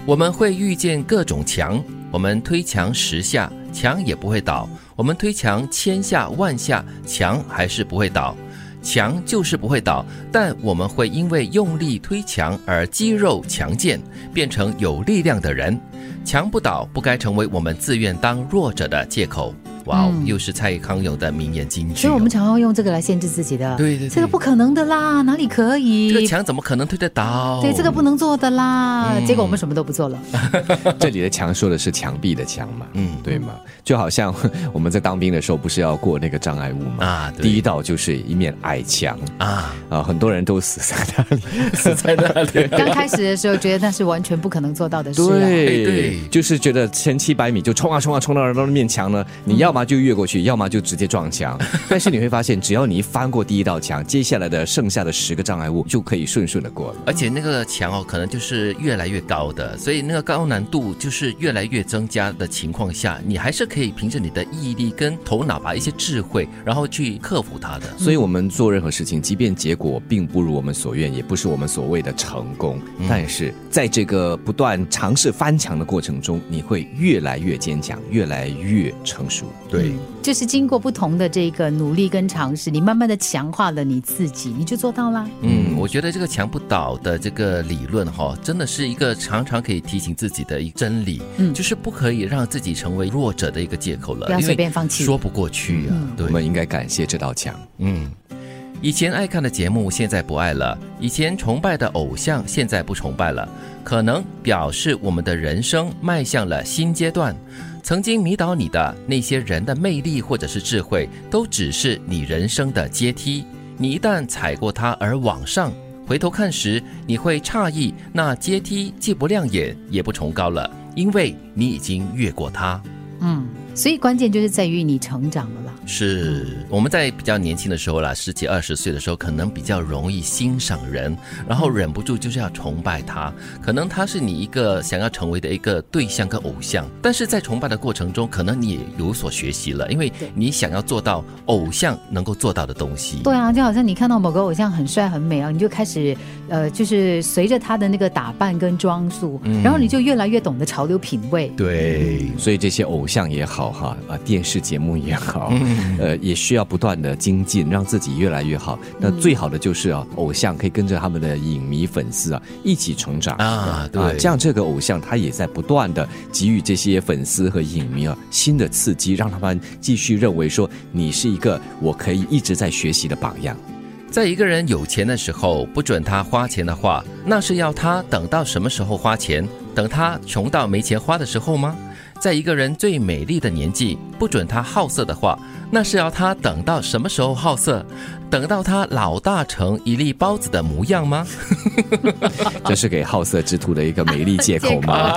我们会遇见各种墙，我们推墙10下，墙也不会倒；我们推墙1000下、万下，墙还是不会倒。墙就是不会倒，但我们会因为用力推墙而肌肉强健，变成有力量的人。墙不倒，不该成为我们自愿当弱者的借口。哇哦，又是蔡康永的名言金句。 所以我们常常用这个来限制自己的。 对对对， 这个不可能的啦，哪里可以？ 这个墙怎么可能推得倒？ 对，这个不能做的啦。结果我们什么都不做了。 这里的墙说的是墙壁的墙嘛，对吗？就好像我们在当兵的时候，不是要过那个障碍物嘛？第一道就是一面矮墙很多人都死在那里， 死在那里。 刚开始的时候觉得那是完全不可能做到的事。 对，就是觉得1700米就冲啊冲啊冲到那面墙呢，你要么就越过去，要么就直接撞墙。但是你会发现，只要你一翻过第一道墙，接下来的剩下的10个障碍物就可以顺顺的过了。 而且那个墙可能就是越来越高的，所以那个高难度就是越来越增加的情况下，你还是可以凭着你的毅力跟头脑，把一些智慧，然后去克服它的。 所以我们做任何事情，即便结果并不如我们所愿，也不是我们所谓的成功，但是在这个不断尝试翻墙的过程中，你会越来越坚强，越来越成熟。 对， 就是经过不同的这个努力跟尝试，你慢慢的强化了你自己，你就做到啦。 我觉得这个墙不倒的这个理论真的是一个常常可以提醒自己的一个真理，就是不可以让自己成为弱者的一个借口了， 不要随便放弃， 说不过去对， 我们应该感谢这道墙。 以前爱看的节目现在不爱了，以前崇拜的偶像现在不崇拜了，可能表示我们的人生迈向了新阶段。曾经迷倒你的那些人的魅力或者是智慧，都只是你人生的阶梯。你一旦踩过它而往上，回头看时，你会诧异，那阶梯既不亮眼也不崇高了，因为你已经越过它。 所以关键就是在于你成长了啦。 是我们在比较年轻的时候啦，10几20岁的时候，可能比较容易欣赏人，然后忍不住就是要崇拜他，可能他是你一个想要成为的一个对象跟偶像。但是在崇拜的过程中，可能你也有所学习了，因为你想要做到偶像能够做到的东西。 对啊，就好像你看到某个偶像很帅很美你就开始就是随着他的那个打扮跟装束，然后你就越来越懂得潮流品味。 对， 所以这些偶像也好电视节目也好，也需要不断的精进，让自己越来越好。那最好的就是偶像可以跟着他们的影迷粉丝一起成长对， 这样这个偶像他也在不断的给予这些粉丝和影迷新的刺激，让他们继续认为说你是一个我可以一直在学习的榜样。 在一个人有钱的时候，不准他花钱的话，那是要他等到什么时候花钱？等他穷到没钱花的时候吗？在一个人最美丽的年纪，不准他好色的话，那是要他等到什么时候好色？等到他老大成一粒包子的模样吗？ 这是给好色之徒的一个美丽借口吗？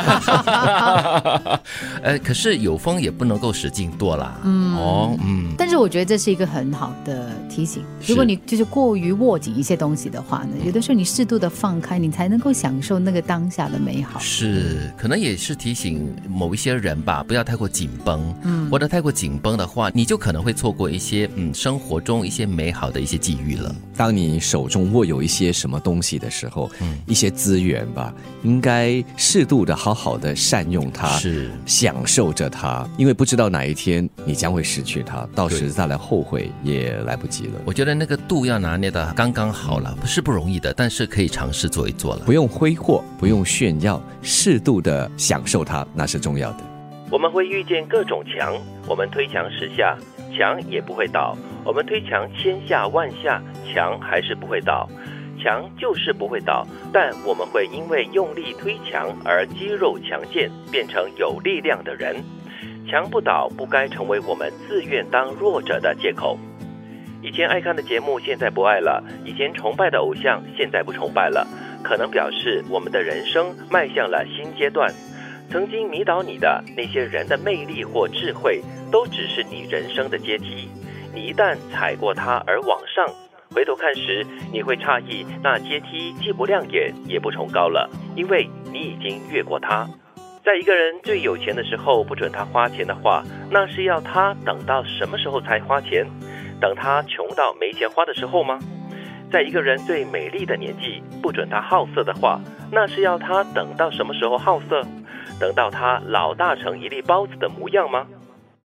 可是有风也不能够使劲多啦。 但是我觉得这是一个很好的提醒，如果你就是过于握紧一些东西的话呢，有的时候你适度的放开，你才能够享受那个当下的美好。 是，可能也是提醒某一些人吧，不要太过紧绷。或者太过紧绷的话，你就可能会错过一些生活中一些美好的一些际遇了。 当你手中握有一些什么东西的时候，一些资源吧，应该适度的好好的善用它，是享受着它，因为不知道哪一天你将会失去它，到时再来后悔也来不及了。 我觉得那个度要拿捏的刚刚好了，不是不容易的，但是可以尝试做一做了。 不用挥霍，不用炫耀，适度的享受它，那是重要的。 我们会遇见各种墙，我们推墙10下，墙也不会倒；我们推墙1000下、万下，墙还是不会倒。墙就是不会倒，但我们会因为用力推墙而肌肉强健，变成有力量的人。墙不倒，不该成为我们自愿当弱者的借口。以前爱看的节目现在不爱了，以前崇拜的偶像现在不崇拜了，可能表示我们的人生迈向了新阶段。曾经迷倒你的那些人的魅力或智慧，都只是你人生的阶梯。你一旦踩过它而往上，回头看时，你会诧异，那阶梯既不亮眼也不崇高了，因为你已经越过它。在一个人最有钱的时候，不准他花钱的话，那是要他等到什么时候才花钱？等他穷到没钱花的时候吗？在一个人最美丽的年纪，不准他好色的话， 那是要它等到什么时候好色？等到它老大成一粒包子的模样吗？